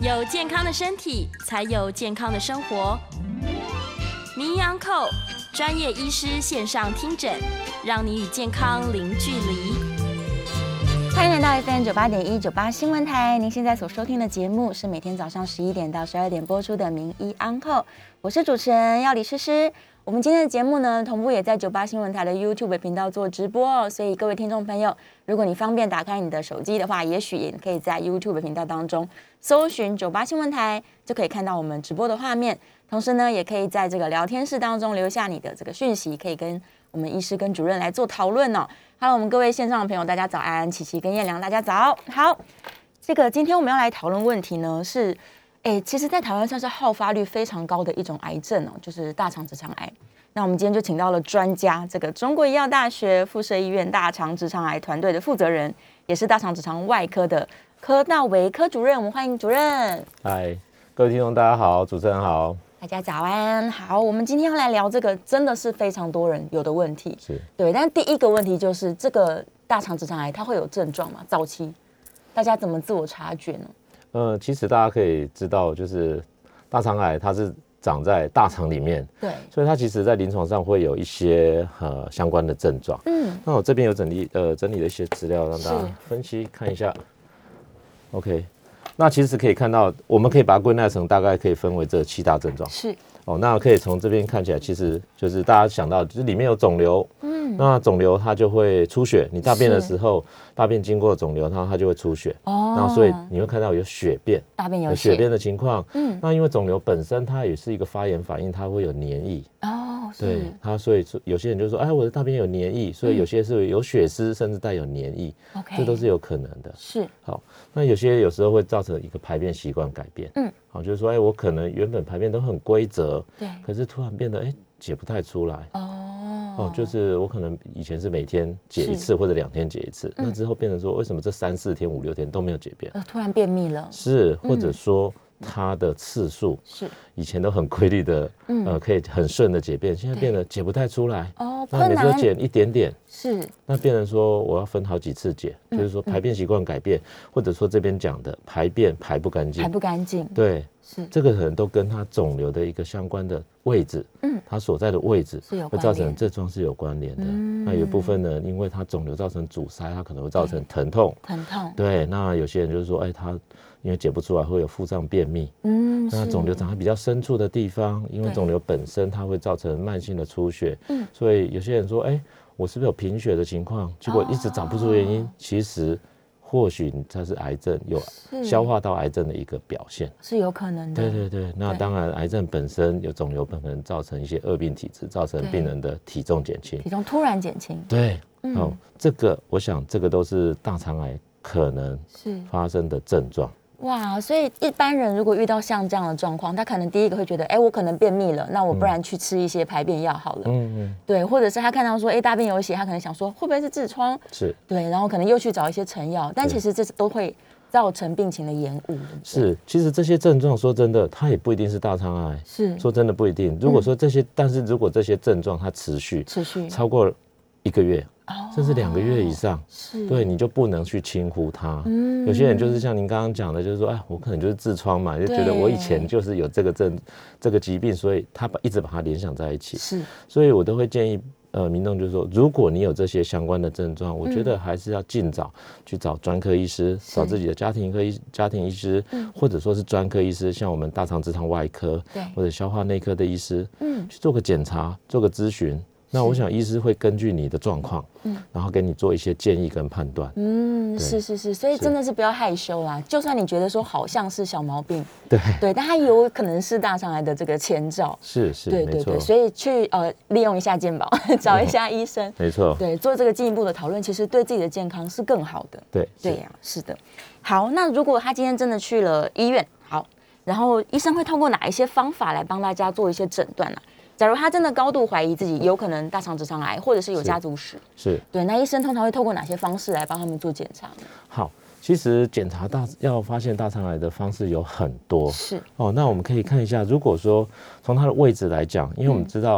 有健康的身体，才有健康的生活。名医安扣专业医师线上听诊，让你与健康零距离。 欢迎来到 FM98.1 98新闻台，您现在所收听的节目是每天早上11点到12点播出的名医安扣，我是主持人药理诗诗。我们今天的节目呢，同步也在98新闻台的 YouTube 频道做直播哦，所以各位听众朋友，如果你方便打开你的手机的话，也许也可以在 YouTube 频道当中搜寻98新闻台，就可以看到我们直播的画面。同时呢，也可以在这个聊天室当中留下你的这个讯息，可以跟我们医师跟主任来做讨论哦。Hello， 我们各位线上的朋友，大家早安，琪琪跟燕良，大家早。好，今天我们要来讨论问题呢是。其实，在台湾算是好发率非常高的一种癌症哦，就是大肠直肠癌。那我们今天就请到了专家，这个中国医药大学附设医院大肠直肠癌团队的负责人，也是大肠直肠外科的柯道维柯主任。我们欢迎主任。 嗨，各位听众大家好，主持人好， 大家早安。好，我们今天要来聊这个真的是非常多人有的问题， 是对。但第一个问题就是这个大肠直肠癌它会有症状吗？早期大家怎么自我察觉呢？ 其实大家可以知道，就是大肠癌它是长在大肠里面， 对， 所以它其实在临床上会有一些相关的症状。那我这边有整理了一些资料，让大家分析看一下。OK， 那其实可以看到，我们可以把它归纳成大概可以分为这7大症状。 是哦，那可以从这边看起来，其实就是大家想到，就是里面有肿瘤，那肿瘤它就会出血，你大便的时候，大便经过肿瘤，它就会出血，那所以你会看到有血便， 大便有血便的情况，那因为肿瘤本身它也是一个发炎反应，它会有黏液，对它，所以有些人就说，哎，我的大便有黏液，所以有些是有血丝，甚至带有黏液，这都是有可能的。 是好，那有时候会造成一个排便习惯改变，好，就是说，哎，我可能原本排便都很规则，对，可是突然变得解不太出来，就是我可能以前是每天解一次或者2天解一次，那之后变成说，为什么这3、4天、5、6天都没有解便？ 突然便秘了， 是，或者说。它的次数是以前都很规律的，可以很顺的解便，现在变得解不太出来。那每次都解一点点，是，那变成说我要分好几次解，就是说排便习惯改变，或者说这边讲的排便排不干净，对，是这个可能都跟它肿瘤的一个相关的位置，它所在的位置会造成症状是有关联的。那有一部分呢，因为它肿瘤造成阻塞，它可能会造成疼痛，对，那有些人就是说，它因为解不出来会有腹胀便秘，那肿瘤长在比较深处的地方，因为肿瘤本身它会造成慢性的出血，所以有些人说，我是不是有贫血的情况？结果一直找不出原因，其实或许它是癌症，有消化道癌症的一个表现，是有可能的。对，那当然，癌症本身有肿瘤本身造成一些恶病体质，造成病人的体重减轻，体重突然减轻。对，这个我想这个都是大肠癌可能发生的症状。哇，所以一般人如果遇到像这样的状况，他可能第一个会觉得，我可能便秘了，那我不然去吃一些排便药好了。对，或者是他看到说，大便有血，他可能想说会不会是痔疮？是，对，然后可能又去找一些成药，但其实这都会造成病情的延误。是，其实这些症状说真的，它也不一定是大肠癌，是，说真的不一定。如果说这些，但是如果这些症状它持续超过1个月。甚至2个月以上，对，你就不能去轻忽它。有些人就是像您刚刚讲的，就是说，我可能就是痔疮嘛，就觉得我以前就是有这个疾病，所以他一直把它联想在一起。是，所以我都会建议民众就是说，如果你有这些相关的症状，我觉得还是要尽早去找专科医师，找自己的家庭医师，或者说是专科医师，像我们大肠直肠外科，或者消化内科的医师，去做个检查，做个咨询。那我想医师会根据你的状况，然后给你做一些建议跟判断。是，所以真的是不要害羞啦。就算你觉得说好像是小毛病，对，但它有可能是大肠癌的这个前兆。是，对，所以去利用一下健保，找一下医生，没错，对，做这个进一步的讨论，其实对自己的健康是更好的。对呀，是的。好，那如果他今天真的去了医院，好，然后医生会透过哪一些方法来帮大家做一些诊断呢？假如他真的高度怀疑自己有可能大肠直肠癌，或者是有家族史，是对，那医生通常会透过哪些方式来帮他们做检查呢？好，其实检查要发现大肠癌的方式有很多，是那我们可以看一下，如果说从它的位置来讲，因为我们知道，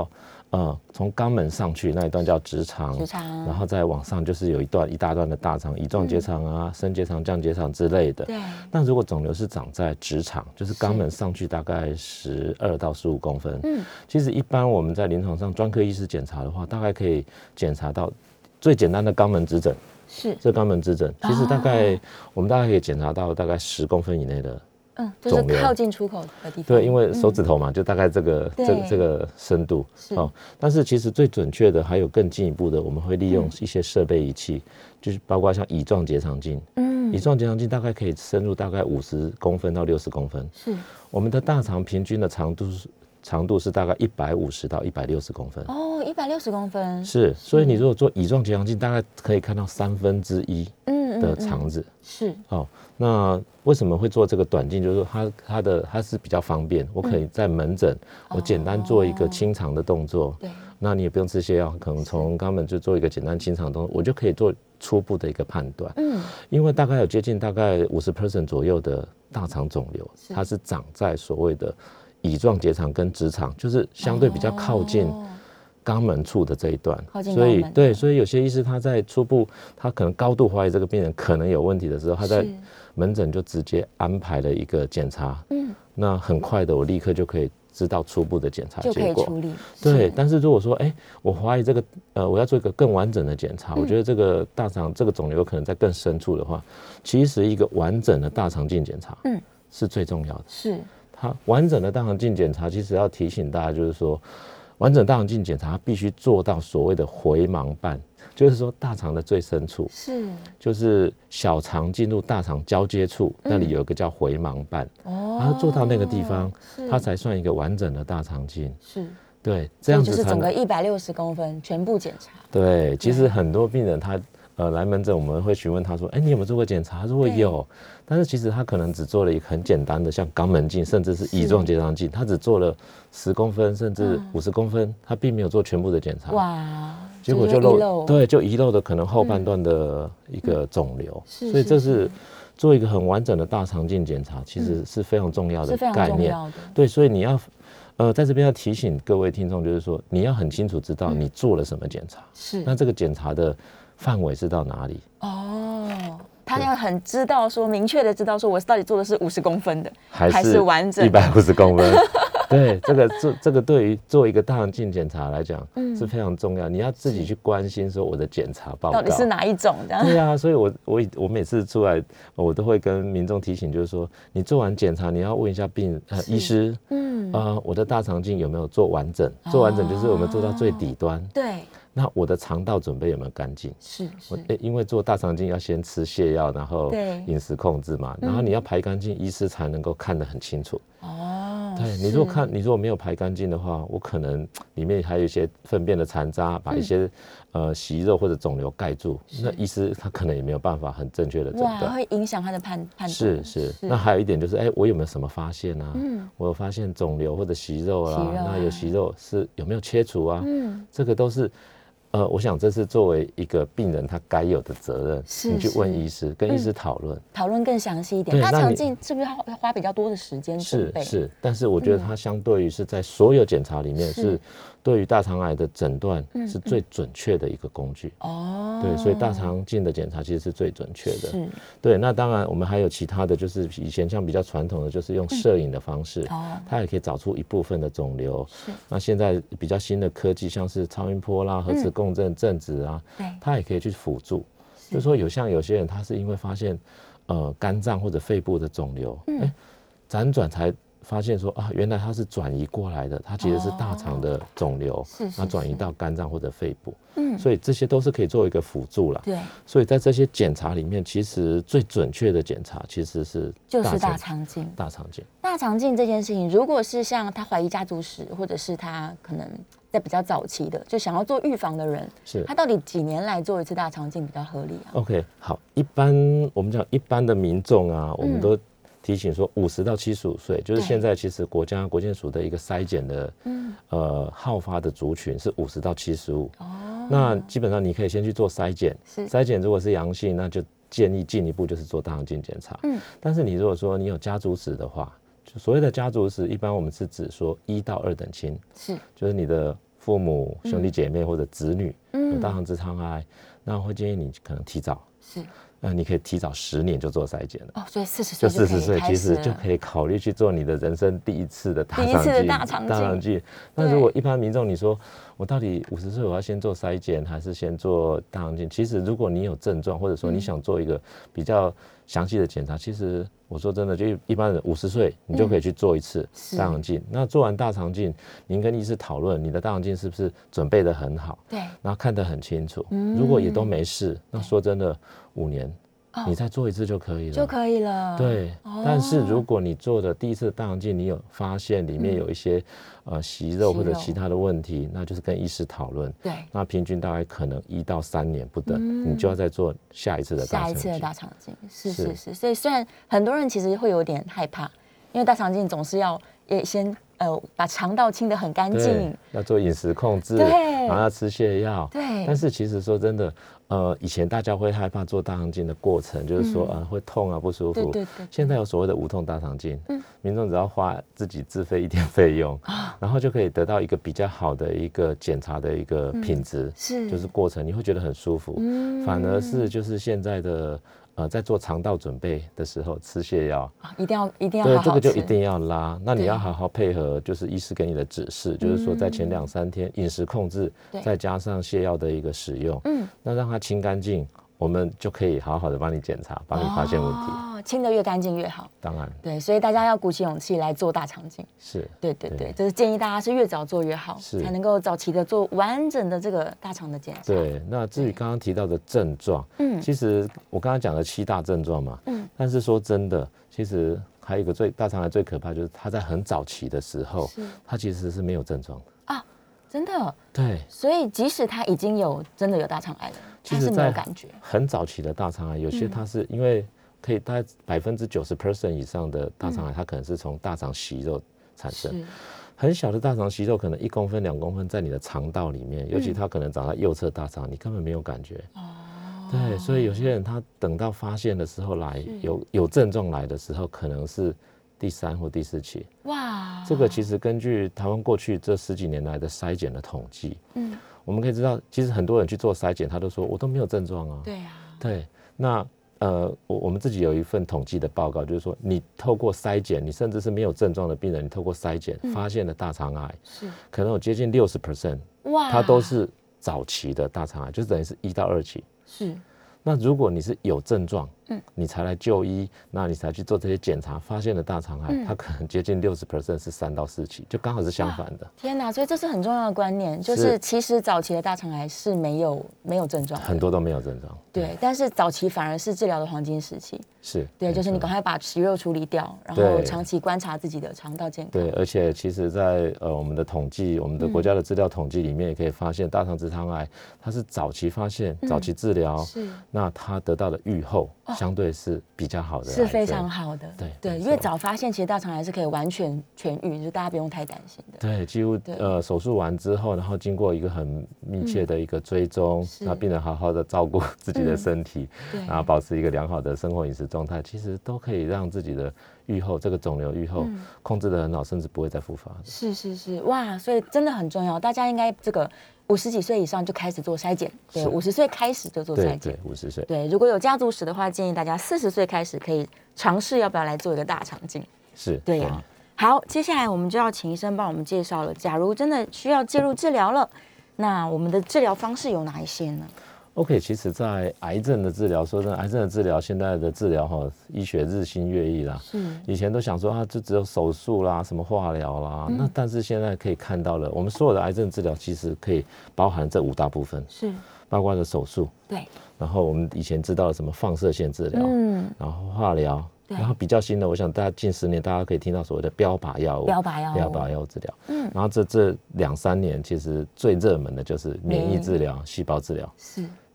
从肛门上去那一段叫直肠，然后再往上就是有一大段的大肠，乙状结肠啊、升结肠、降结肠之类的。 对。 那如果肿瘤是长在直肠，就是肛门上去大概12到15公分。其实一般我们在临床上专科医师检查的话，大概可以检查到最简单的肛门指诊。是。这肛门指诊，其实我们大概可以检查到大概10公分以内的。 就是靠近出口的地方。 对，因为手指头嘛，就大概这个深度。但是其实最准确的还有更进一步的，我们会利用一些设备仪器，就是包括像乙状结肠镜。乙状结肠镜大概可以深入大概50公分到60公分。是。我们的大肠平均的长度是大概150到160公分。 哦，160公分。 是，所以你如果做乙状结肠镜，大概可以看到1/3的肠子。是。那为什么会做这个短镜？就是说它是比较方便，我可以在门诊，我简单做一个清肠的动作。对。那你也不用吃泻药，可能从肛门就做一个简单清肠动作，我就可以做初步的一个判断。因为大概有接近大概50% 左右的大肠肿瘤，它是长在所谓的乙状结肠跟直肠，就是相对比较靠近肛门处的这一段。所以有些医师他在初步，他可能高度怀疑这个病人可能有问题的时候，他在门诊就直接安排了一个检查。那很快的，我立刻就可以知道初步的检查结果，就可以处理。对，但是如果说，我怀疑这个，我要做一个更完整的检查，我觉得这个大肠这个肿瘤可能在更深处的话，其实一个完整的大肠镜检查，是最重要的。是。它完整的大肠镜检查，其实要提醒大家，就是说，完整大肠镜检查必须做到所谓的回盲瓣，就是说大肠的最深处，就是小肠进入大肠交接处，那里有一个叫回盲瓣，然后做到那个地方，它才算一个完整的大肠镜。是。对，这样子就是整个160公分全部检查。 对，其实很多病人他来门诊，我们会询问他说：“你有没有做过检查？”他说：“我有。”但是其实他可能只做了一个很简单的，像肛门镜，甚至是乙状结肠镜，他只做了10公分甚至50公分，他并没有做全部的检查。哇！结果就遗漏的可能后半段的一个肿瘤。所以这是做一个很完整的大肠镜检查，其实是非常重要的概念。对，所以你要在这边要提醒各位听众，就是说你要很清楚知道你做了什么检查。是。那这个检查的范围是到哪里？ 他要很知道说，明确的知道说，我到底做的是50公分的，还是完整 150公分？对，这个对于做一个大肠镜检查来讲是非常重要。你要自己去关心说，我的检查报告到底是哪一种这样？ 对啊，所以我每次出来，我都会跟民众提醒，就是说，你做完检查，你要问一下医师，我的大肠镜有没有做完整？做完整就是我们做到最底端。对。那我的肠道准备有没有干净？是。因为做大肠镜要先吃泻药，然后饮食控制嘛，然后你要排干净，医师才能够看得很清楚。对，你如果没有排干净的话，我可能里面还有一些粪便的残渣，把一些息肉或者肿瘤盖住，那医师他可能也没有办法很正确的诊断， 会影响他的判断。 是。那还有一点就是，我有没有什么发现啊？我有发现肿瘤或者息肉啊，那有息肉是有没有切除啊？这个都是。我想这是作为一个病人他该有的责任，你去问医师，跟医师讨论更详细一点。大肠镜是不是要花比较多的时间准备？ 是，但是我觉得它相对于是在所有检查里面是对于大肠癌的诊断是最准确的一个工具。对，所以大肠镜的检查其实是最准确的。对，那当然我们还有其他的就是以前像比较传统的就是用摄影的方式，它也可以找出一部分的肿瘤。那现在比较新的科技，像是超音波啦、核磁共振、正子啊，它也可以去辅助。就是说有些人他是因为发现肝脏或者肺部的肿瘤，辗转才发现说原来它是转移过来的，它其实是大肠的肿瘤，它转移到肝脏或者肺部，所以这些都是可以做一个辅助啦。对，所以在这些检查里面，其实最准确的检查其实是大肠镜。 大肠镜这件事情，如果是像他怀疑家族史，或者是他可能在比较早期的，就想要做预防的人，他到底几年来做一次大肠镜比较合理啊 ？OK， 好，我们讲一般的民众啊，我们都提醒说50到75岁，就是现在其实国健署的一个筛检的好发的族群是50到75。那基本上你可以先去做筛检，筛检如果是阳性，那就建议进一步就是做大肠镜检查。但是你如果说你有家族史的话，就所谓的家族史，一般我们是指说1到2等亲，就是你的父母、兄弟姐妹或者子女有大肠直肠癌，那会建议你可能提早， 是， 你可以提早10年就做筛检了。 所以40岁就 40岁其实就可以考虑去做你的人生第一次的大肠镜。那如果一般民众你说我到底50岁我要先做筛检还是先做大肠镜？其实如果你有症状，或者说你想做一个比较详细的检查，其实我说真的，就一般人50岁你就可以去做一次大肠镜。那做完大肠镜，您跟医师讨论你的大肠镜是不是准备得很好，对，然后看得很清楚。如果也都没事，那说真的5年。你再做一次就可以了，对。但是如果你做的第一次大肠镜，你有发现里面有一些息肉或者其他的问题，那就是跟医师讨论。对。那平均大概可能1到3年不等，你就要再做下一次的大肠镜。是。 所以虽然很多人其实会有点害怕，因为大肠镜总是要先把肠道清得很干净， 要做饮食控制，然后要吃泻药。对。但是其实说真的。以前大家会害怕做大肠镜的过程，就是说会痛啊不舒服。对。现在有所谓的无痛大肠镜，民众只要花自己自费一点费用，然后就可以得到一个比较好的一个检查的一个品质，就是过程你会觉得很舒服。反而是就是现在的在做肠道准备的时候吃泻药， 一定要对，这个就一定要拉。那你要好好配合，就是医师给你的指示，就是说在前2、3天饮食控制，再加上泻药的一个使用，那让它清干净，我们就可以好好的帮你检查，帮你发现问题。 清得越干净越好。 当然。 对，所以大家要鼓起勇气来做大肠镜。 是。对， 就是建议大家是越早做越好，才能够早期的做完整的这个大肠的检查。 对，那至于刚刚提到的症状，其实我刚刚讲了7大症状嘛，但是说真的，其实还有一个大肠癌最可怕就是它在很早期的时候，它其实是没有症状的。 真的。对。所以即使他已经真的有大肠癌了，他是没有感觉。 很早期的大肠癌，有些它是因为可以大概90% 以上的大肠癌，它可能是从大肠息肉产生。很小的大肠息肉可能1公分、2公分在你的肠道里面，尤其它可能长在右侧大肠，你根本没有感觉。对，所以有些人他等到发现的时候来有症状来的时候，可能是第3或第4期。哇！这个其实根据台湾过去这10几年来的筛检的统计，我们可以知道，其实很多人去做筛检，他都说我都没有症状啊。对，那我们自己有一份统计的报告，就是说你透过筛检，你甚至是没有症状的病人，你透过筛检发现了大肠癌，可能有接近60%，它都是早期的大肠癌，就是等于是1到2期。那如果你是有症状，你才来就医，那你才去做这些检查，发现了大肠癌，它可能接近60%是3到4期，就刚好是相反的。 天哪！所以这是很重要的观念，就是其实早期的大肠癌是没有症状的， 很多都没有症状。 对，但是早期反而是治疗的黄金时期。对，就是你赶快把息肉处理掉，然后长期观察自己的肠道健康。 对，而且其实在我们的统计，我们的国家的资料统计里面也可以发现，大肠直肠癌它是早期发现、早期治疗，那它得到的预后相对是比较好的， 是非常好的。对，越早发现，其实大肠癌是可以完全痊愈，就大家不用太担心的。 对，几乎手术完之后，然后经过一个很密切的一个追踪，那病人好好的照顾自己的身体，然后保持一个良好的生活饮食状态，其实都可以让自己的预后这个肿瘤预后控制得很好，甚至不会再复发。 是，哇，所以真的很重要，大家应该这个50几岁以上就开始做筛检，对，50岁开始就做筛检， 对，50岁， 对，如果有家族史的话，建议大家40岁开始可以尝试要不要来做一个大肠镜。对呀。好，接下来我们就要请医生帮我们介绍了，假如真的需要介入治疗了，那我们的治疗方式有哪一些呢 ？OK， 其实，在癌症的治疗，说真的，癌症的治疗，现在的治疗医学日新月异啦。以前都想说就只有手术啦，什么化疗啦，那但是现在可以看到了，我们所有的癌症治疗其实可以包含这5大部分，包括了手术，对，然后我们以前知道了什么放射线治疗，然后化疗。然后比较新的，我想大家近10年大家可以听到所谓的标靶药物治疗，然后这2、3年其实最热门的就是免疫治疗、细胞治疗，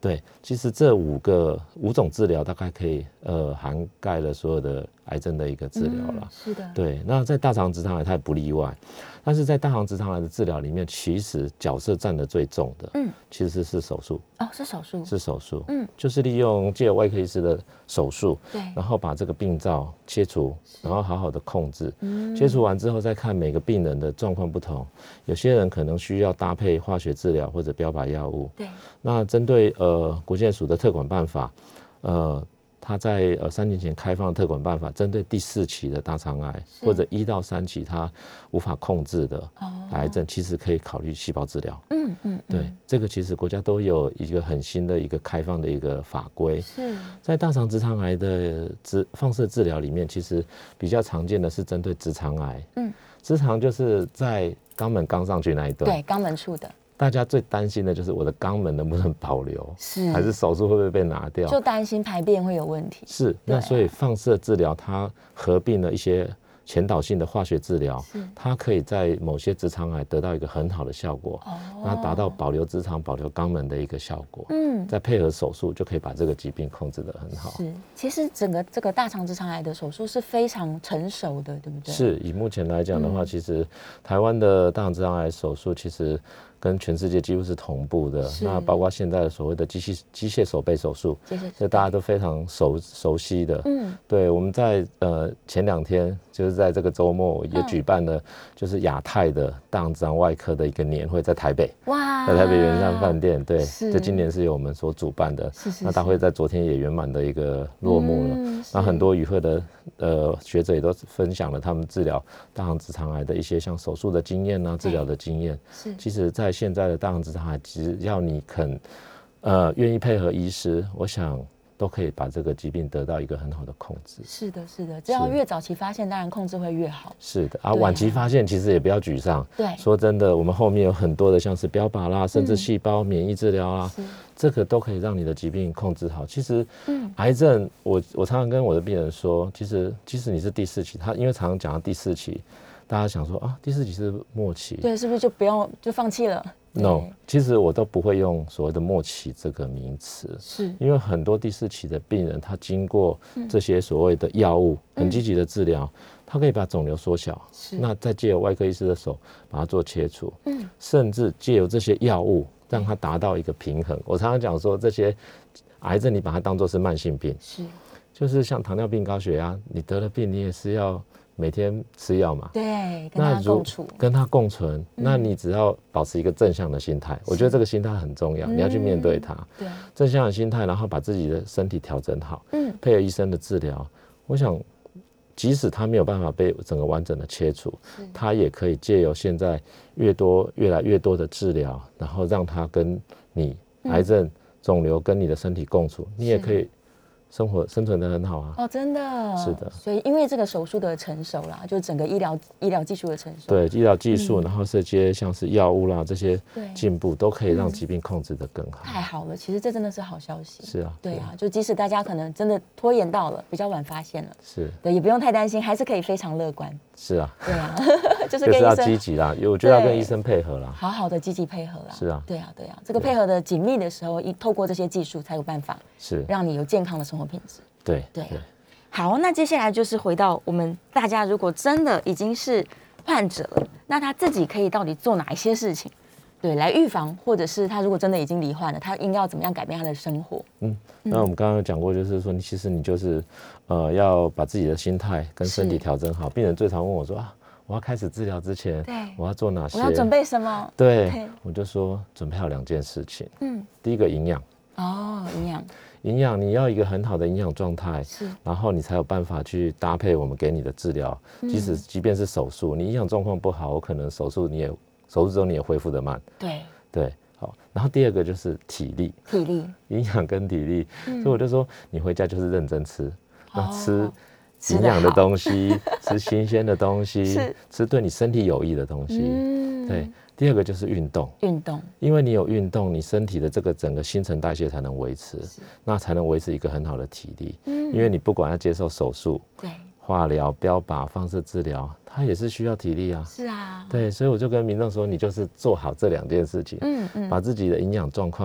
对，其实这五种治疗大概可以涵盖了所有的癌症的一个治疗了。 是的。对， 那在大肠直肠癌它也不例外，但是在大肠直肠癌的治疗里面，其实角色占得最重的，其实是手术。 哦，是手术。 是手术。就是利用借由外科医师的手术，对，然后把这个病灶切除，然后好好的控制。切除完之后再看每个病人的状况不同，有些人可能需要搭配化学治疗或者标靶药物。对，那针对国健署的特管办法，他在3年前开放的特管办法，针对第4期的大肠癌或者1到3期他无法控制的癌症，其实可以考虑细胞治疗。对，这个其实国家都有一个很新的一个开放的一个法规。是在大肠直肠癌的放射治疗里面，其实比较常见的是针对直肠癌。直肠就是在肛门刚上去那一段， 对，肛门处的。 大家最担心的就是我的肛门能不能保留，还是手术会不会被拿掉？ 就担心排便会有问题。 是，那所以放射治疗它合并了一些前导性的化学治疗，它可以在某些直肠癌得到一个很好的效果，那达到保留直肠、保留肛门的一个效果。再配合手术就可以把这个疾病控制得很好。 是，其实整个这个大肠直肠癌的手术是非常成熟的，对不对？ 是，以目前来讲的话，其实台湾的大肠直肠癌手术其实跟全世界几乎是同步的。那包括现在的所谓的机械手背手术，这大家都非常熟悉的。对，我们在前2天就是在这个周末也举办了就是亚太的大肠直肠外科的一个年会，在台北。哇！在台北圆山饭店，对，这今年是由我们所主办的。那大会在昨天也圆满的一个落幕了。那很多与会的学者也都分享了他们治疗大肠直肠癌的一些像手术的经验啊，治疗的经验。其实在现在的大肠直肠癌，只要你肯愿意配合医师，我想都可以把这个疾病得到一个很好的控制。 是的，是的，只要越早期发现，当然控制会越好。 是的啊，晚期发现其实也不要沮丧。 对， 说真的，我们后面有很多的像是标靶啦，甚至细胞免疫治疗啦，这个都可以让你的疾病控制好。其实，癌症我常常跟我的病人说，其实即使你是第4期，因为常常讲到第4期，大家想说啊，第4期是末期， 对，是不是就不用就放弃了？ No， 其实我都不会用所谓的末期这个名词，是因为很多第4期的病人，他经过这些所谓的药物，很积极的治疗，他可以把肿瘤缩小，那再借由外科医师的手把它做切除，甚至借由这些药物让它达到一个平衡。我常常讲说，这些癌症你把它当作是慢性病，就是像糖尿病、高血压，你得了病，你也是要每天吃药嘛， 对，跟它共处， 跟它共存。那你只要保持一个正向的心态，我觉得这个心态很重要，你要去面对它。对，正向的心态，然后把自己的身体调整好，配合医生的治疗。我想，即使他没有办法被整个完整的切除，他也可以借由现在越来越多的治疗，然后让他跟你癌症、肿瘤跟你的身体共处，你也可以生存得很好啊！ 哦，真的是的， 所以因为这个手术的成熟啦，就整个医疗技术的成熟， 对医疗技术，然后这些像是药物啦这些进步，都可以让疾病控制得更好。 太好了，其实这真的是好消息。 是啊， 对啊，就即使大家可能真的拖延到了，比较晚发现了， 是对，也不用太担心，还是可以非常乐观。 是啊， 对啊， 就是要积极啦，我觉得要跟医生配合啦， 好好的积极配合啦。 是啊， 对啊，对啊，这个配合的紧密的时候，透过这些技术才有办法是让你有健康的生活品质。 对对，好，那接下来就是回到我们大家，如果真的已经是患者了，那他自己可以到底做哪一些事情，对，来预防，或者是他如果真的已经罹患了，他应该要怎么样改变他的生活？ 那我们刚刚有讲过，就是说，其实你就是要把自己的心态跟身体调整好。病人最常问我说啊，我要开始治疗之前，我要做哪些？ 我要准备什么？ 对，我就说准备好2件事情。第一个营养。 哦， 营养，你要一个很好的营养状态，然后你才有办法去搭配我们给你的治疗。即便是手术，你营养状况不好，我可能手术之后你也恢复得慢。对，好。然后第二个就是体力，营养跟体力。所以我就说，你回家就是认真吃，那吃营养的东西，吃新鲜的东西，吃对你身体有益的东西。对。第二个就是运动，因为你有运动，你身体的这个整个新陈代谢才能维持，那才能维持一个很好的体力。因为你不管要接受手术、化疗、标靶、放射治疗，它也是需要体力啊。 是啊， 对，所以我就跟民众说，你就是做好这2件事情，把自己的营养状况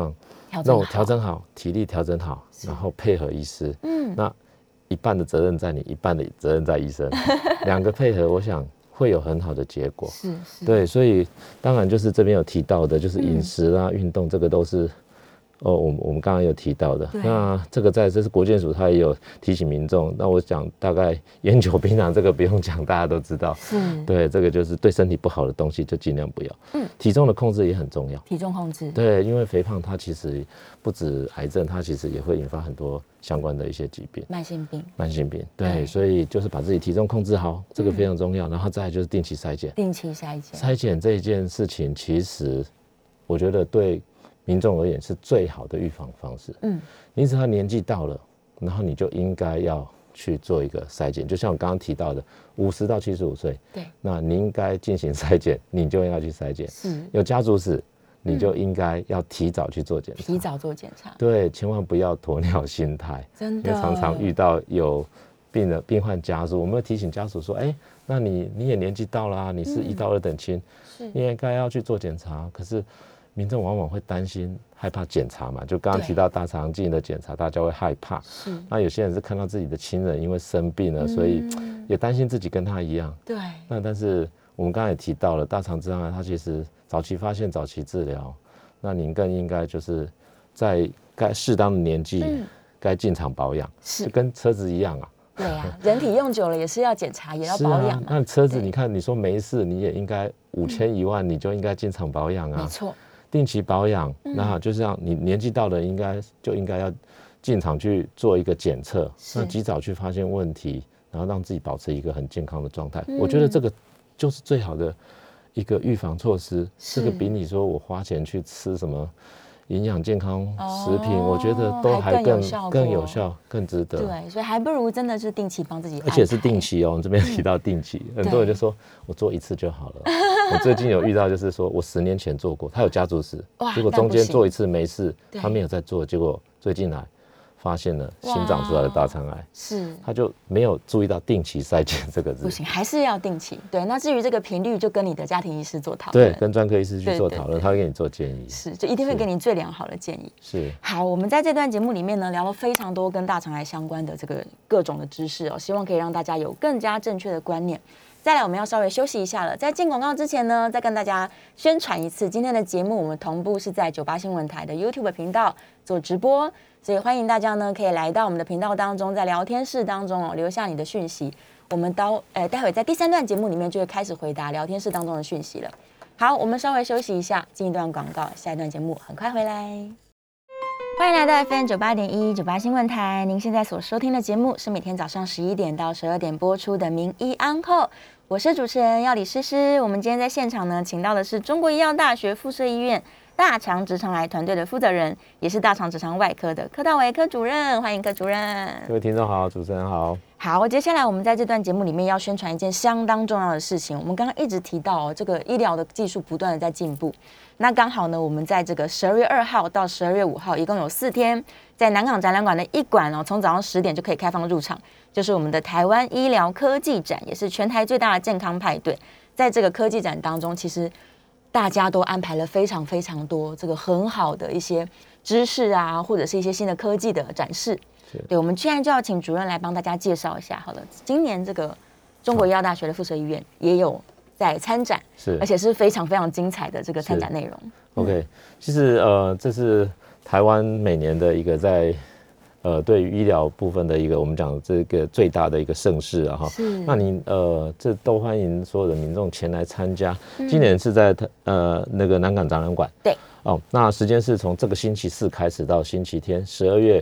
那我调整好体力，调整好，然后配合医师，那一半的责任在你，一半的责任在医生，两个配合，我想会有很好的结果。是，对，所以当然就是这边有提到的，就是饮食啊、运动，这个都是。我们刚刚有提到的，那这是国健署他也有提醒民众。那我讲大概烟酒槟榔这个不用讲，大家都知道。对，这个就是对身体不好的东西就尽量不要。体重的控制也很重要。体重控制。对，因为肥胖它其实不止癌症，它其实也会引发很多相关的一些疾病。慢性病。对，所以就是把自己体重控制好，这个非常重要。然后再来就是定期筛检。筛检这一件事情，其实我觉得对民众而言是最好的预防方式。你只要年纪到了，然后你就应该要去做一个筛检，就像我刚刚提到的，50到75岁，对，那你应该进行筛检，你就要去筛检。有家族史，你就应该要提早去做检查。对，千万不要鸵鸟心态，真的，因为常常遇到有病患家属，我们会提醒家属说，那你也年纪到了啊，你是1到2等亲，你也应该要去做检查，可是民众往往会担心害怕检查嘛，就刚刚提到大肠镜的检查，大家会害怕。那有些人是看到自己的亲人因为生病了，所以也担心自己跟他一样。对。那但是我们刚才也提到了，大肠直肠癌它其实早期发现、早期治疗，那您更应该就是在该适当的年纪该进场保养，就跟车子一样啊。对啊，人体用久了也是要检查，也要保养嘛。那车子你看，你说没事，你也应该5000、10000，你就应该进场保养啊。没错。定期保养，那就是让你年纪到了，应该要进场去做一个检测，那及早去发现问题，然后让自己保持一个很健康的状态。我觉得这个就是最好的一个预防措施。这个比你说我花钱去吃什么营养健康食品，我觉得都还更有效、更值得。对，所以还不如真的是定期帮自己安排，而且是定期哦。这边提到定期，很多人就说我做1次就好了。我最近有遇到，就是说我10年前做过，他有家族史，结果中间做1次没事，他没有再做，结果最近来发现了新长出来的大肠癌，他就没有注意到定期筛检这个字，不行，还是要定期。对，那至于这个频率，就跟你的家庭医师做讨论，对，跟专科医师去做讨论，他会给你做建议，就一定会给你最良好的建议。好，我们在这段节目里面呢，聊了非常多跟大肠癌相关的这个各种的知识哦，希望可以让大家有更加正确的观念。再来，我们要稍微休息一下了。在进广告之前呢，再跟大家宣传一次，今天的节目我们同步是在98新闻台的 YouTube 频道做直播，所以欢迎大家呢可以来到我们的频道当中，在聊天室当中留下你的讯息。我们待会在第3段节目里面就会开始回答聊天室当中的讯息了。好，我们稍微休息一下，进一段广告，下一段节目很快回来。欢迎来到 FM 98.1 98新闻台，您现在所收听的节目是每天早上11点到12点播出的名医安扣，我是主持人药理诗诗。我们今天在现场呢，请到的是中国医药大学附设医院大肠直肠癌团队的负责人，也是大肠直肠外科的柯道维柯主任，欢迎柯主任。各位听众好，主持人好。好，接下来我们在这段节目里面要宣传一件相当重要的事情。我们刚刚一直提到这个医疗的技术不断的在进步。那刚好呢，我们在这个12月2号到12月5号，一共有4天，在南港展览馆的1馆哦，从早上10点就可以开放入场，就是我们的台湾医疗科技展，也是全台最大的健康派对。在这个科技展当中，其实大家都安排了非常非常多这个很好的一些知识啊，或者是一些新的科技的展示。对，我们现在就要请主任来帮大家介绍一下好了。今年这个中国医药大学的附设医院也有在参展，而且是非常非常精彩的这个参展内容。OK， 其实这是台湾每年的一个在对于医疗部分的一个我们讲这个最大的一个盛事啊哈。那您这都欢迎所有的民众前来参加。今年是在那个南港展览馆。对。哦，那时间是从这个星期4开始到星期天12月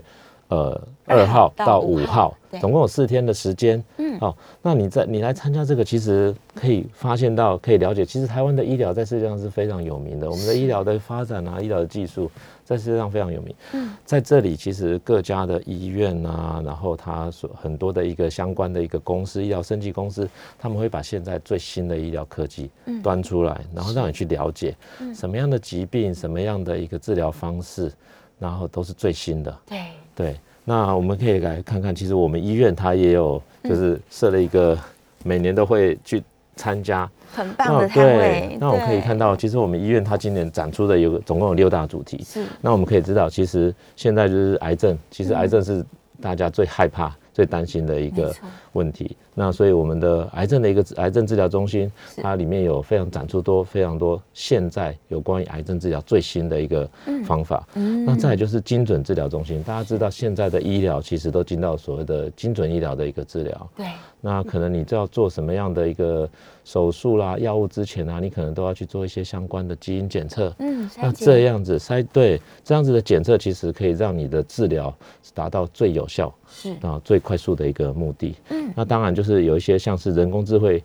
2号到5号，总共有4天的时间。那你来参加这个，其实可以发现到，可以了解，其实台湾的医疗在世界上是非常有名的。我们的医疗的发展啊，医疗的技术在世界上非常有名。在这里，其实各家的医院啊，然后它很多的一个相关的一个公司，医疗生技公司，他们会把现在最新的医疗科技端出来，然后让你去了解什么样的疾病，什么样的一个治疗方式，然后都是最新的。对，那我们可以来看看，其实我们医院它也有，就是设了一个每年都会去参加， 很棒的摊位。 那我可以看到，其实我们医院它今年展出的总共有6大主题。是，那我们可以知道，其实现在就是癌症，其实癌症是大家最害怕、最担心的一个问题。那所以我们的癌症的一个癌症治疗中心，它里面有展出非常多现在有关于癌症治疗最新的一个方法。那再来就是精准治疗中心，大家知道现在的医疗其实都进到所谓的精准医疗的一个治疗。对。那可能你就要做什么样的一个手术啦、药物之前啊，你可能都要去做一些相关的基因检测。那这样子这样子的检测，其实可以让你的治疗达到最有效、最快速的一个目的。那当然就是有一些像是人工智慧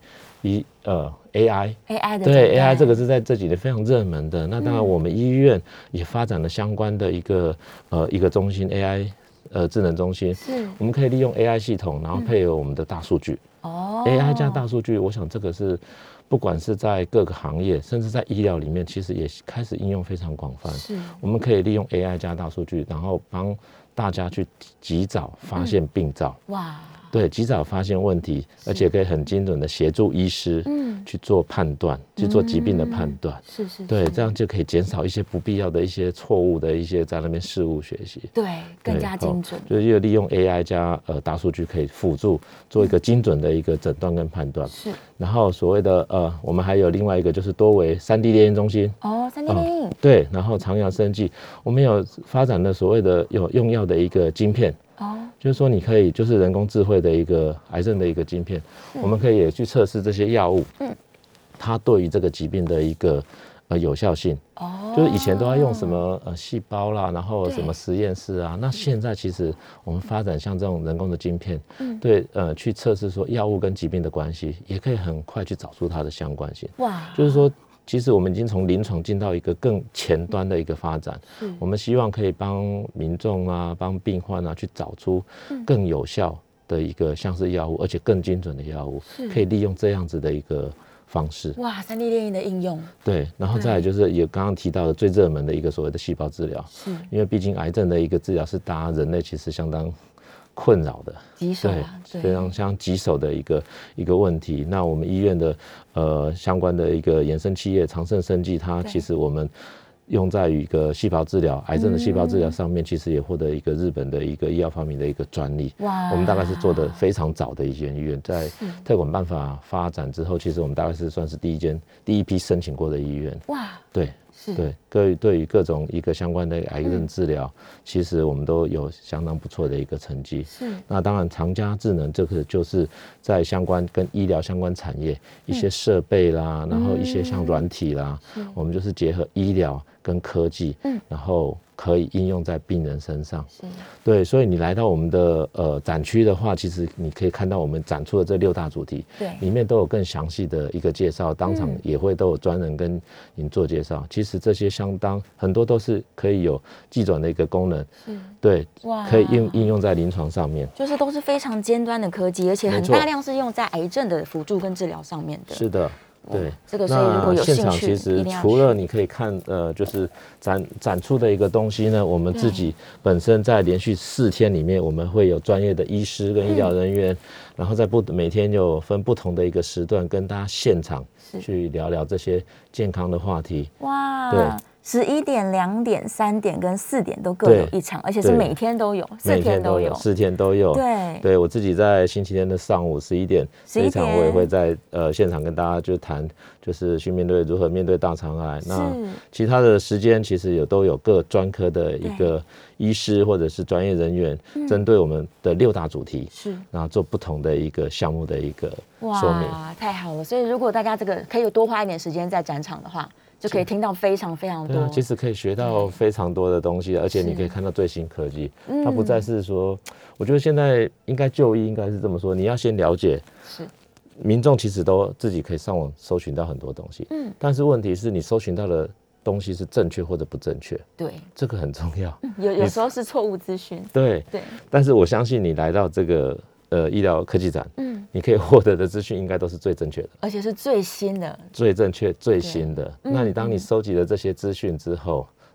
AI 的对 AI 这个是在这几年非常热门的。那当然我们医院也发展了相关的一个中心 AI。智能中心，我们可以利用 AI 系统，然后配合我们的大数据。AI 加大数据，我想这个是不管是在各个行业，甚至在医疗里面，其实也开始应用非常广泛。我们可以利用 AI 加大数据，然后帮大家去及早发现病灶。对，及早发现问题，而且可以很精准的协助医师去做判断，去做疾病的判断。对，这样就可以减少一些不必要的一些错误的一些在那边事物学习。 对，更加精准。 就是利用 AI 加大数据可以辅助做一个精准的一个诊断跟判断。然后所谓的我们还有另外一个就是多维3D 列印中心。 3D 列印。 对，然后长阳生技，我们有发展了所谓的有用药的一个晶片。就是说，你可以就是人工智慧的一个癌症的一个晶片，我们可以也去测试这些药物，它对于这个疾病的一个有效性。就是以前都要用什么细胞啦，然后什么实验室啊，那现在其实我们发展像这种人工的晶片，对去测试说药物跟疾病的关系，也可以很快去找出它的相关性。就是说。其实我们已经从临床进到一个更前端的一个发展，我们希望可以帮民众啊、帮病患啊去找出更有效的一个像是药物，而且更精准的药物，可以利用这样子的一个方式。 3D 列印的应用。 对，然后再来就是也刚刚提到的最热门的一个所谓的细胞治疗，因为毕竟癌症的一个治疗是大家人类其实相当困扰的，对，非常像棘手的一个问题。那我们医院的相关的一个衍生企业长盛生技，它其实我们用在一个细胞治疗、癌症的细胞治疗上面，其实也获得一个日本的一个医药发明的一个专利。我们大概是做的非常早的一间医院，在特管办法发展之后，其实我们大概是算是第一批申请过的医院。对。对，对于各种一个相关的癌症治疗，其实我们都有相当不错的一个成绩。那当然长嘉智能这个就是在相关跟医疗相关产业一些设备啦，然后一些像软体啦，我们就是结合医疗跟科技，然后可以应用在病人身上。对，所以你来到我们的展区的话，其实你可以看到我们展出的这6大主题，里面都有更详细的一个介绍，当场也会都有专人跟您做介绍。其实这些很多都是可以有技转的一个功能，对，可以应用在临床上面， 就是都是非常尖端的科技，而且很大量是用在癌症的辅助跟治疗上面的。 是的。对， 这个所以如果有兴趣， 现场其实除了你可以看就是展出的一个东西呢，我们自己本身在连续4天里面，我们会有专业的医师跟医疗人员，然后在每天有分不同的一个时段，跟大家现场去聊聊这些健康的话题。对。 11点、2点、3点跟4点都各有一场，而且是每天都有，4天都有 ，4天都有。对，我自己在星期天的上午11点这一场，我也会在现场跟大家就谈，就是去面对如何面对大肠癌。那其他的时间其实都有各专科的一个医师或者是专业人员，针对我们的6大主题，然后做不同的一个项目的一个说明。 太好了！所以如果大家这个可以多花一点时间在展场的话，就可以听到非常非常多， 其实可以学到非常多的东西，而且你可以看到最新科技。它不再是说，我觉得现在应该就医应该是这么说，你要先了解，民众其实都自己可以上网搜寻到很多东西，但是问题是你搜寻到的东西是正确或者不正确， 对， 这个很重要。 有时候是错误资讯， 对，但是我相信你来到这个医疗科技展，你可以获得的资讯应该都是最正确的， 而且是最新的、 最正确、最新的。那你当你收集了这些资讯之后，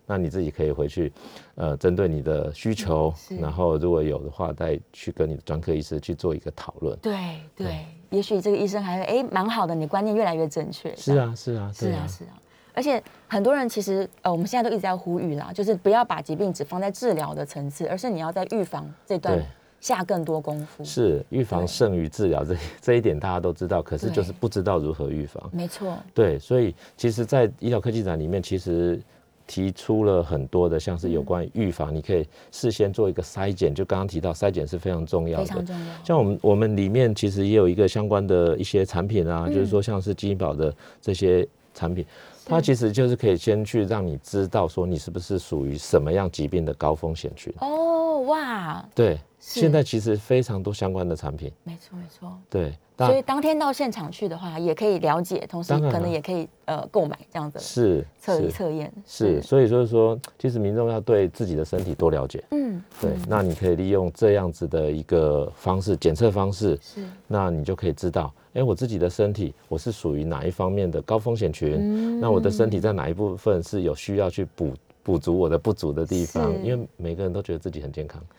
那你自己可以回去针对你的需求，然后如果有的话再去跟你的专科医师去做一个讨论。 对，也许这个医生还会蛮好的，你观念越来越正确。 是啊。 而且很多人其实我们现在都一直在呼吁啦，就是不要把疾病只放在治疗的层次，而是你要在预防这段下更多功夫。 是预防胜于治疗，这一点大家都知道，可是就是不知道如何预防。 没错。对， 所以其实，在医疗科技展里面，其实提出了很多的，像是有关于预防，你可以事先做一个筛检，就刚刚提到筛检是非常重要的， 非常重要。 像我们里面其实也有一个相关的一些产品啊，就是说像是基因保的这些产品。它其实就是可以先去让你知道说你是不是属于什么样疾病的高风险群。 哇， 对，现在其实非常多相关的产品。 没错。 对， 所以当天到现场去的话，也可以了解，同时可能也可以购买这样子，测验。 所以就是说，其实民众要对自己的身体多了解。对，那你可以利用这样子的一个方式，检测方式，那你就可以知道，我自己的身体我是属于哪一方面的高风险群，那我的身体在哪一部分是有需要去补足我的不足的地方，因为每个人都觉得自己很健康。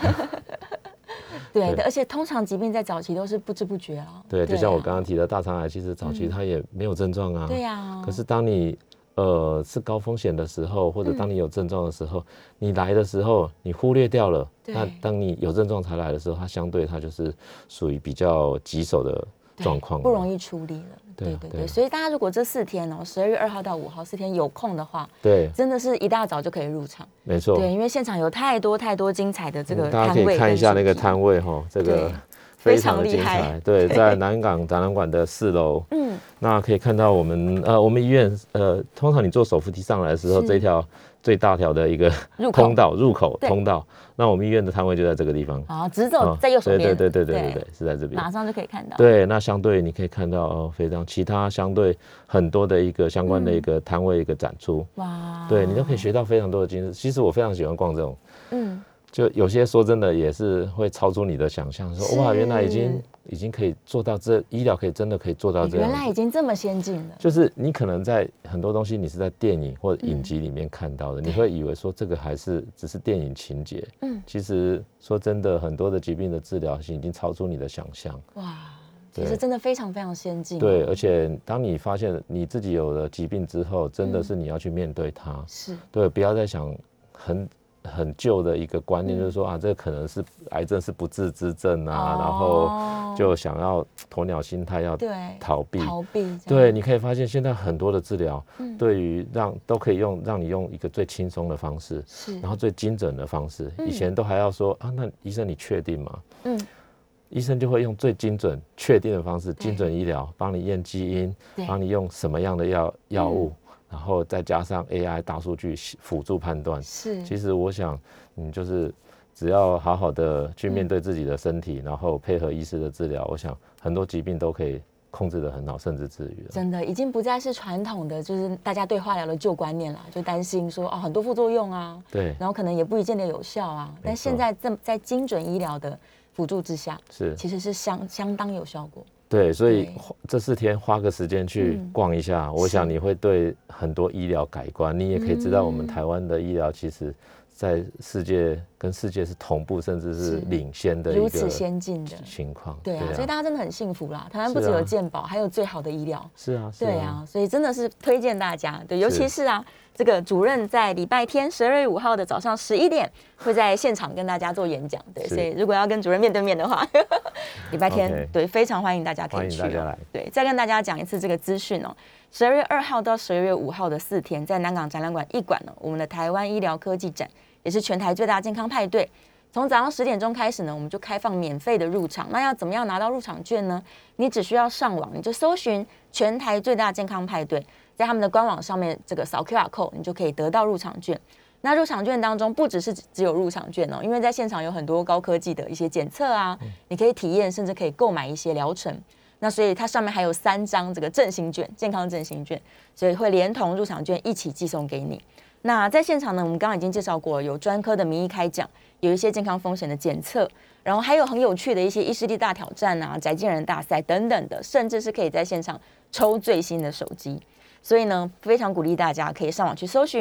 对，而且通常疾病在早期都是不知不觉啊。 对，就像我刚刚提的大肠癌，其实早期它也没有症状啊。 对呀。 可是当你是高风险的时候，或者当你有症状的时候，你来的时候你忽略掉了，那当你有症状才来的时候，它相对它就是属于比较棘手的状况， 不容易处理了。对，所以大家如果这4天12月2号到5号4天有空的话， 对， 真的是一大早就可以入场。 没错。 对，因为现场有太多精彩的这个大家可以看一下那个摊位这个非常的精彩。对，在南港展览馆的4楼。那可以看到我们医院通常你坐手扶梯上来的时候，这条最大条的一个入口通道，那我们医院的摊位就在这个地方。 直走在右手边。 对，是在这边， 马上就可以看到。 对，那相对你可以看到非常其他相对很多的一个相关的一个摊位一个展出。哇，对你都可以学到非常多的知识。其实我非常喜欢逛这种，就有些说真的也是会超出你的想象，说哇，原来已经可以做到医疗真的可以做到这样， 原来已经这么先进了。 就是你可能在很多东西你是在电影或者影集里面看到的，你会以为说这个还是只是电影情节，其实说真的，很多的疾病的治疗已经超出你的想象。哇， 其实真的非常非常先进。 对，而且当你发现你自己有了疾病之后，真的是你要去面对它。对，不要再想很旧的一个观念，就是说这可能是癌症是不治之症啊，然后就想要鸵鸟心态要逃避。对，你可以发现现在很多的治疗，对于都可以让你用一个最轻松的方式，然后最精准的方式。以前都还要说那医生你确定吗？医生就会用最精准确定的方式，精准医疗，帮你验基因，帮你用什么样的药物。然后再加上 AI 大数据辅助判断，其实我想，你就是只要好好的去面对自己的身体，然后配合医师的治疗，我想很多疾病都可以控制得很好，甚至治愈了。 真的已经不再是传统的，就是大家对化疗的旧观念啦，就担心说很多副作用啊， 对， 然后可能也不一定的有效啊。但现在在精准医疗的辅助之下，其实是相当有效果。 对，所以这4天花个时间去逛一下，我想你会对很多医疗改观，你也可以知道我们台湾的医疗其实在世界是同步，甚至是领先的一个如此先进的情况。 对啊，所以大家真的很幸福啦。台湾不只有健保，还有最好的医疗。对啊，所以真的是推荐大家。对，尤其是这个主任在礼拜天12月5号的早上11点会在现场跟大家做演讲。对，所以如果要跟主任面对面的话，礼拜天对非常欢迎大家可以去。对，再跟大家讲一次这个资讯12月2号到12月5号的4天，在南港展览馆1馆我们的台湾医疗科技展也是全台最大健康派对。从早上10点钟开始呢，我们就开放免费的入场。那要怎么样拿到入场券呢？你只需要上网，你就搜寻全台最大健康派对，在他们的官网上面这个扫 QR code， 你就可以得到入场券。那入场券当中不只是只有入场券因为在现场有很多高科技的一些检测啊，你可以体验，甚至可以购买一些疗程。那所以它上面还有3张这个振兴券，健康振兴券，所以会连同入场券一起寄送给你。那在现场呢，我们刚刚已经介绍过，有专科的名医开讲，有一些健康风险的检测，然后还有很有趣的一些医师力大挑战啊、宅健人大赛等等的，甚至是可以在现场抽最新的手机。所以呢，非常鼓励大家可以上网去搜寻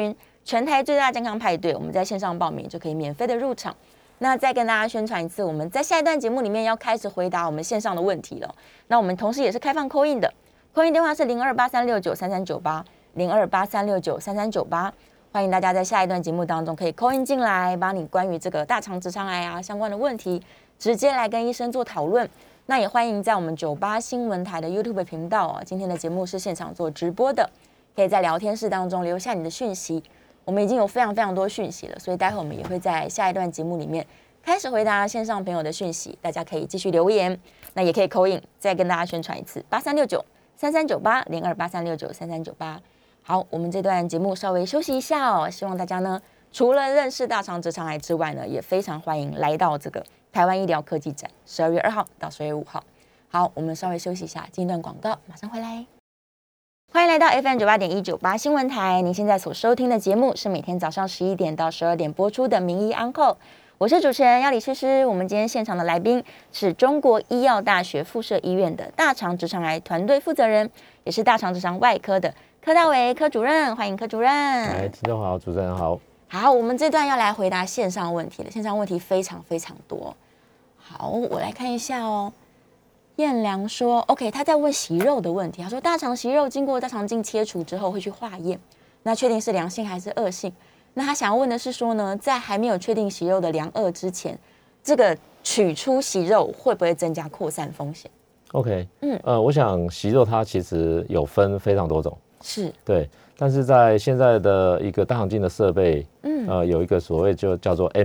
全台最大健康派对，我们在线上报名就可以免费的入场。那再跟大家宣传一次，我们在下一段节目里面要开始回答我们线上的问题了。那我们同时也是开放 call in 的，call in 电话是0283693398，0283693398。欢迎大家在下一段节目当中可以 call in 进来，把你关于这个大肠直肠癌啊相关的问题直接来跟医生做讨论。那也欢迎在我们98新闻台的 YouTube 频道哦，今天的节目是现场做直播的，可以在聊天室当中留下你的讯息。我们已经有非常非常多讯息了，所以待会我们也会在下一段节目里面开始回答线上朋友的讯息，大家可以继续留言，那也可以 call in， 再跟大家宣传一次836933980283693398。好，我们这段节目稍微休息一下哦，希望大家呢除了认识大肠直肠癌之外呢，也非常欢迎来到这个台湾医疗科技展，12月2号到12月5号。好，我们稍微休息一下，进一段广告，马上回来。欢迎来到 FM 98.198新闻台，您现在所收听的节目是每天早上11点到12点播出的名医安扣，我是主持人要李诗诗。我们今天现场的来宾是中国医药大学附设医院的大肠直肠癌团队负责人，也是大肠直肠外科的柯大为柯主任，欢迎柯主任。 哎，听众好，主持人好。 好，我们这段要来回答线上问题了，线上问题非常非常多。好，我来看一下哦。燕良说 ：“OK， 他在问息肉的问题。他说，大肠息肉经过大肠镜切除之后会去化验，那确定是良性还是恶性？那他想要问的是说呢，在还没有确定息肉的良恶之前，这个取出息肉会不会增加扩散风险 ？OK， 我想息肉它其实有分非常多种， 是对，但是在现在的一个大肠镜的设备，有一个所谓就叫做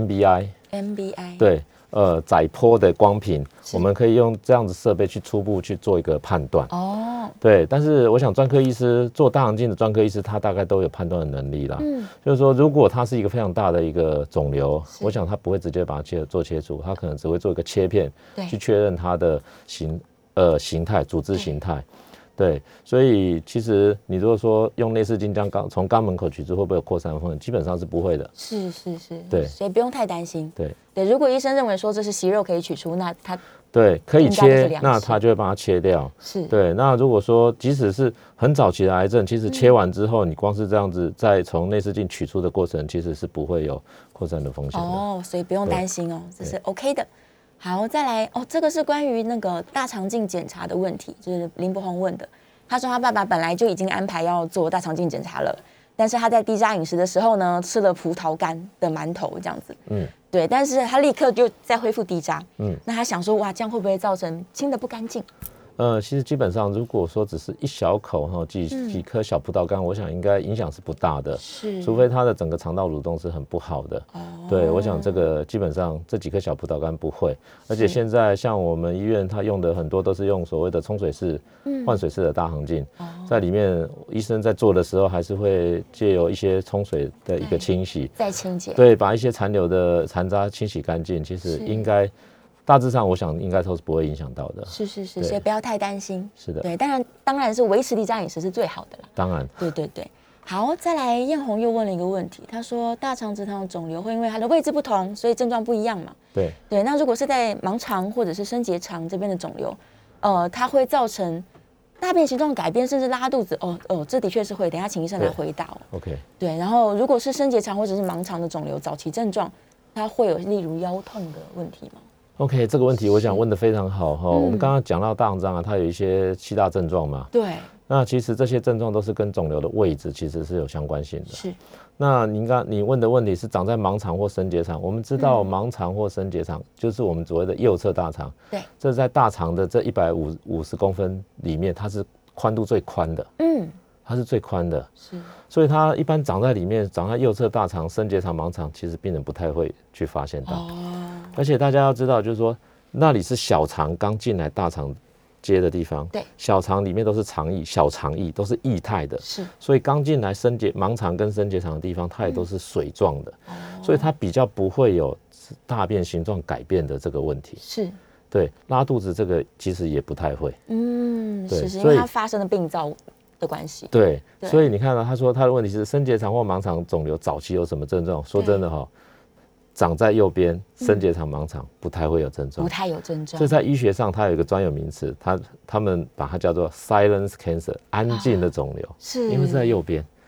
NBI， 对。载波的光频，我们可以用这样子设备去初步去做一个判断。哦，对，但是我想专科医师做大肠镜的专科医师，他大概都有判断的能力啦。就是说，如果它是一个非常大的一个肿瘤，我想他不会直接把它做切除，他可能只会做一个切片，去确认它的形态、组织形态。对，所以其实你如果说用内视镜从肛门口取出，会不会有扩散风险？基本上是不会的。 是， 对， 所以不用太担心。 对， 如果医生认为说这是息肉可以取出，那他对可以切，那他就会把它切掉。 是， 对。那如果说即使是很早期的癌症，其实切完之后，你光是这样子再从内视镜取出的过程，其实是不会有扩散的风险的。 哦，所以不用担心哦，这是 OK 的。好，再来哦，这个是关于那个大肠镜检查的问题，就是林柏宏问的。他说他爸爸本来就已经安排要做大肠镜检查了，但是他在低渣饮食的时候呢，吃了葡萄干的馒头这样子，对，但是他立刻就再恢复低渣，那他想说哇，这样会不会造成清的不干净？ 其实基本上，如果说只是一小口哈，几颗小葡萄干，我想应该影响是不大的， 是， 除非它的整个肠道蠕动是很不好的。对，我想这个基本上这几颗小葡萄干不会，而且现在像我们医院，它用的很多都是用所谓的冲水式、换水式的大肠镜，在里面医生在做的时候，还是会借由一些冲水的一个清洗， 再清洁， 对，把一些残留的残渣清洗干净，其实应该。大致上，我想应该都是不会影响到的。 是，所以不要太担心。 是的， 对，当然是维持低渣饮食是最好的啦。 当然， 对。好，再来，艳红又问了一个问题，他说大肠直肠肿瘤会因为它的位置不同，所以症状不一样嘛？ 对。 那如果是在盲肠或者是升结肠这边的肿瘤，它会造成大便形状改变，甚至拉肚子。这的确是会。等一下请医生来回答。 OK。 对，然后如果是升结肠或者是盲肠的肿瘤，早期症状，它会有例如腰痛的问题吗？ OK， 这个问题我想问得非常好哈。我们刚刚讲到大肠障碍，它有一些7大症状嘛。 对。 那其实这些症状都是跟肿瘤的位置其实是有相关性的。 是。那你问的问题是长在盲肠或升结肠。我们知道盲肠或升结肠就是我们所谓的右侧大肠。 对。 这在大肠的这150公分里面，它是宽度最宽的。它是最宽的。 是。 所以它一般长在里面，长在右侧大肠、升结肠、盲肠，其实病人不太会去发现到。而且大家要知道，就是说那里是小肠刚进来大肠接的地方， 对， 小肠里面都是肠液，小肠液都是液态的， 是， 所以刚进来盲肠跟升结肠的地方，它也都是水状的，所以它比较不会有大便形状改变的这个问题， 是， 对，拉肚子这个其实也不太会， 对，是因为它发生的病灶的关系， 对，所以你看到他说他的问题是升结肠或盲肠肿瘤早期有什么症状？说真的哈。长在右边，升结肠、盲肠不太会有症状， 不太有症状。 所以在医学上，它有一个专有名词，他们把它叫做 silence cancer， 安静的肿瘤，是因为是在右边。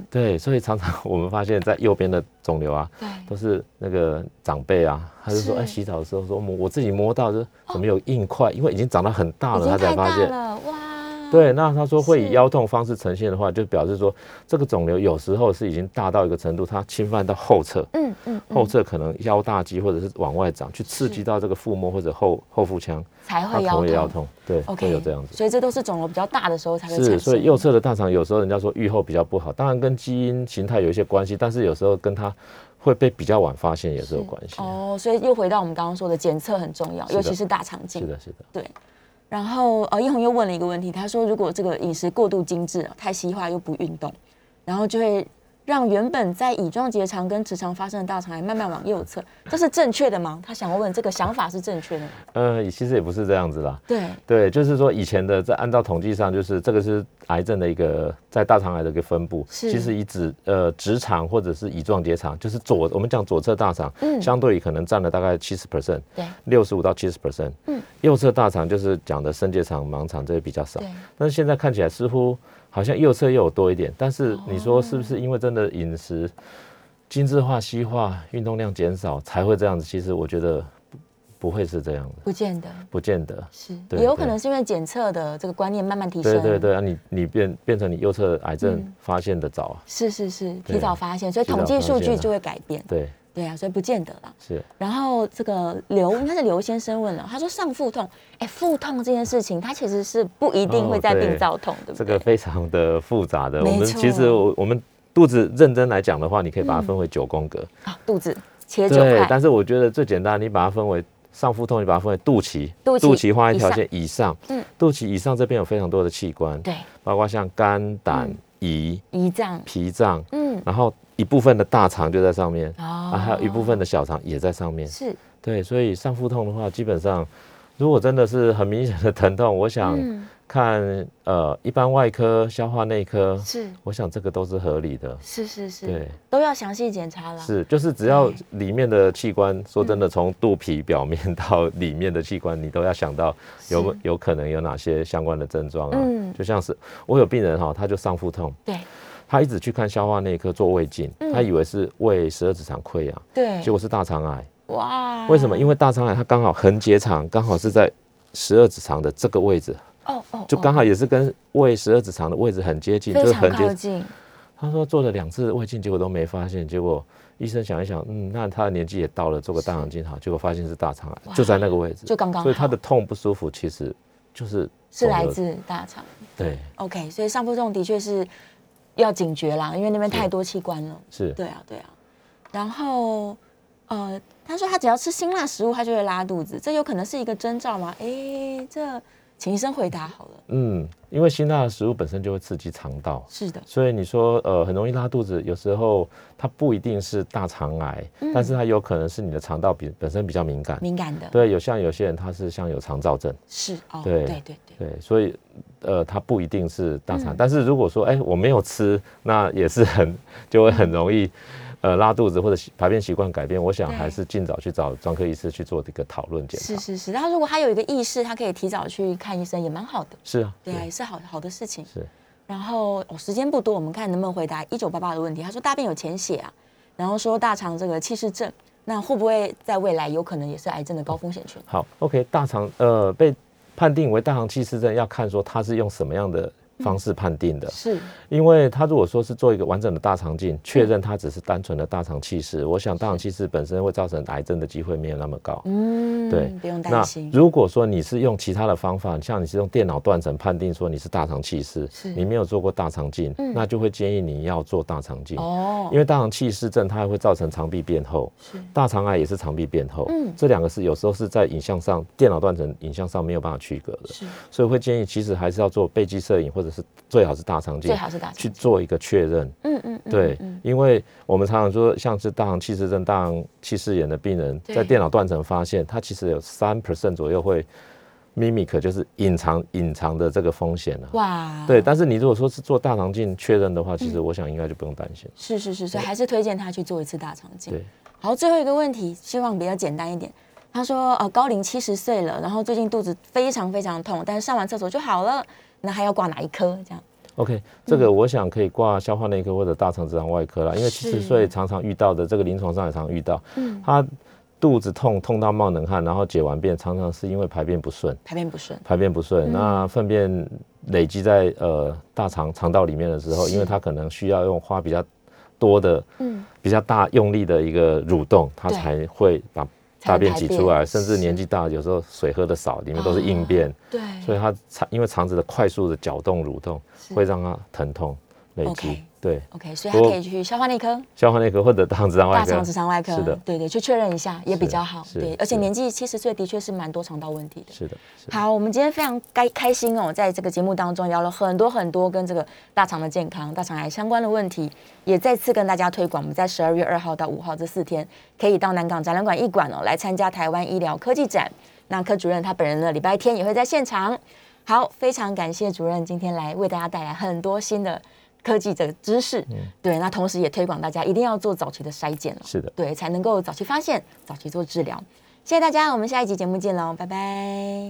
对，所以常常我们发现，在右边的肿瘤啊，都是那个长辈啊，他就说，哎，洗澡的时候说我自己摸到，就怎么有硬块，因为已经长得很大了，他才发现。 哇！ 对，那他说会以腰痛方式呈现的话，就表示说这个肿瘤有时候是已经大到一个程度，它侵犯到后侧，后侧可能腰大肌或者是往外长，去刺激到这个腹膜或者后腹腔， 才会腰痛。 对，会有这样子。 所以这都是肿瘤比较大的时候才会产生。 是，所以右侧的大肠有时候人家说预后比较不好，当然跟基因形态有一些关系，但是有时候跟它会被比较晚发现也是有关系。 所以又回到我们刚刚说的检测很重要，尤其是大肠镜。 是的。 对。然后一红又问了一个问题，他说如果这个饮食过度精致，太西化又不运动，然后就会让原本在乙状结肠跟直肠发生的大肠癌慢慢往右侧，这是正确的吗？他想问这个想法是正确的吗？ 其实也不是这样子啦。 对， 就是说以前的在按照统计上，就是这个是癌症的一个在大肠癌的一个分布。其实以直肠或者是乙状结肠，就是我们讲左侧大肠，相对于可能占了大概70%，对，65%到70%。右侧大肠就是讲的升结肠、盲肠这些比较少。但是现在看起来似乎好像右侧又有多一点，但是你说是不是因为真的饮食精致化、西化、运动量减少才会这样子？其实我觉得不会是这样的，不见得是，也有可能是因为检测的这个观念慢慢提升。 对啊，你变成你右侧癌症发现的早啊， 是，提早发现，所以统计数据就会改变。对啊，所以不见得啦。 是。然后这个应该是刘先生问了，他说上腹痛，腹痛这件事情，它其实是不一定会在病灶痛，对不对？ 这个非常的复杂的。其实我们肚子认真来讲的话，你可以把它分为9宫格。 肚子切9块。 对，但是我觉得最简单，你把它分为上腹痛，你把它分为肚脐画一条线以上。肚脐以上这边有非常多的器官，对，包括像肝、胆、胰脏、脾脏，然后一部分的大肠就在上面，还有一部分的小肠也在上面。是，对，所以上腹痛的话，基本上如果真的是很明显的疼痛，我想看一般外科、消化内科，我想这个都是合理的。是，对， 都要详细检查啦。 是，就是只要里面的器官，说真的，从肚皮表面到里面的器官，你都要想到有可能有哪些相关的症状啊。就像是我有病人他就上腹痛，对。他一直去看消化内科做胃镜，他以为是胃12指肠溃疡，对，结果是大肠癌。哇！为什么？因为大肠癌它刚好横结肠，刚好是在12指肠的这个位置，就刚好也是跟胃12指肠的位置很接近， 就是很接近。 他说做了2次胃镜，结果都没发现，结果医生想一想，那他的年纪也到了，做个大肠镜好，结果发现是大肠癌，就在那个位置， 就刚刚好。 所以他的痛不舒服其实是来自大肠。对 ，OK， 所以上腹痛的确是要警觉啦，因为那边太多器官了。是，对啊。然后，他说他只要吃辛辣食物，他就会拉肚子，这有可能是一个征兆吗？这请医生回答好了。 因为辛辣的食物本身就会刺激肠道， 是的， 所以你说很容易拉肚子，有时候它不一定是大肠癌，但是它有可能是你的肠道本身比较敏感的。对，有些人他是像有肠燥症，是对，所以它不一定是大肠，但是如果说我没有吃，那也是就会很容易。拉肚子或者排便习惯改变，我想还是尽早去找专科医师去做这个讨论检查。 是。然后如果他有一个意识，他可以提早去看医生，也蛮好的。 是啊， 对啊，也是好的事情。是。然后时间不多，我们看能不能回答1988的问题。他说大便有潜血啊，然后说大肠这个憩室症，那会不会在未来有可能也是癌症的高风险群？ 好 ，OK， 大肠被判定为大肠憩室症，要看说他是用什么样的方式判定的，是因为他如果说是做一个完整的大肠镜，确认他只是单纯的大肠憩室，我想大肠憩室本身会造成癌症的机会没有那么高。对， 不用担心。 那如果说你是用其他的方法，像你是用电脑断层判定说你是大肠憩室，你没有做过大肠镜，那就会建议你要做大肠镜。因为大肠憩室症它还会造成肠壁变厚，大肠癌也是肠壁变厚，这两个是有时候是在影像上电脑断层影像上没有办法区隔的，所以会建议其实还是要做背肌摄影或者是最好是大肠镜，去做一个确认。对，因为我们常常说，像是大肠憩室症、大肠憩室炎的病人，在电脑断层发现，他其实有3% 左右会 mimic， 就是隐藏的这个风险了。哇，对，但是你如果说是做大肠镜确认的话，其实我想应该就不用担心。 是，所以还是推荐他去做一次大肠镜。对，好，最后一个问题，希望比较简单一点。他说，高龄70岁了，然后最近肚子非常非常痛，但是上完厕所就好了，那还要挂哪一科？这样 OK， 这个我想可以挂消化内科或者大肠直肠外科啦，因为70岁常常遇到的，这个临床上也常遇到，他肚子痛到冒冷汗，然后解完便常常是因为排便不顺，那粪便累积在大肠道里面的时候，因为他可能需要花比较多的比较大用力的一个蠕动，他才会把大便挤出来，甚至年纪大有时候水喝的少，里面都是硬便， 对， 所以他因为肠子的快速的搅动蠕动，会让他疼痛累积。对 ，OK， 所以他可以去消化内科或者大肠直肠外科， 是的， 对，去确认一下也比较好。对，而且年纪70岁的确是蛮多肠道问题的。 是的。 好，我们今天非常开心哦，在这个节目当中聊了很多跟这个大肠的健康、大肠癌相关的问题，也再次跟大家推广，我们在12月2号到5号这4天，可以到南港展览馆1馆来参加台湾医疗科技展。那柯主任他本人呢，礼拜天也会在现场。好，非常感谢主任今天来为大家带来很多新的科技的知识，对，那同时也推广大家一定要做早期的筛检了， 是的， 对，才能够早期发现、早期做治疗。谢谢大家，我们下一集节目见喽，拜拜。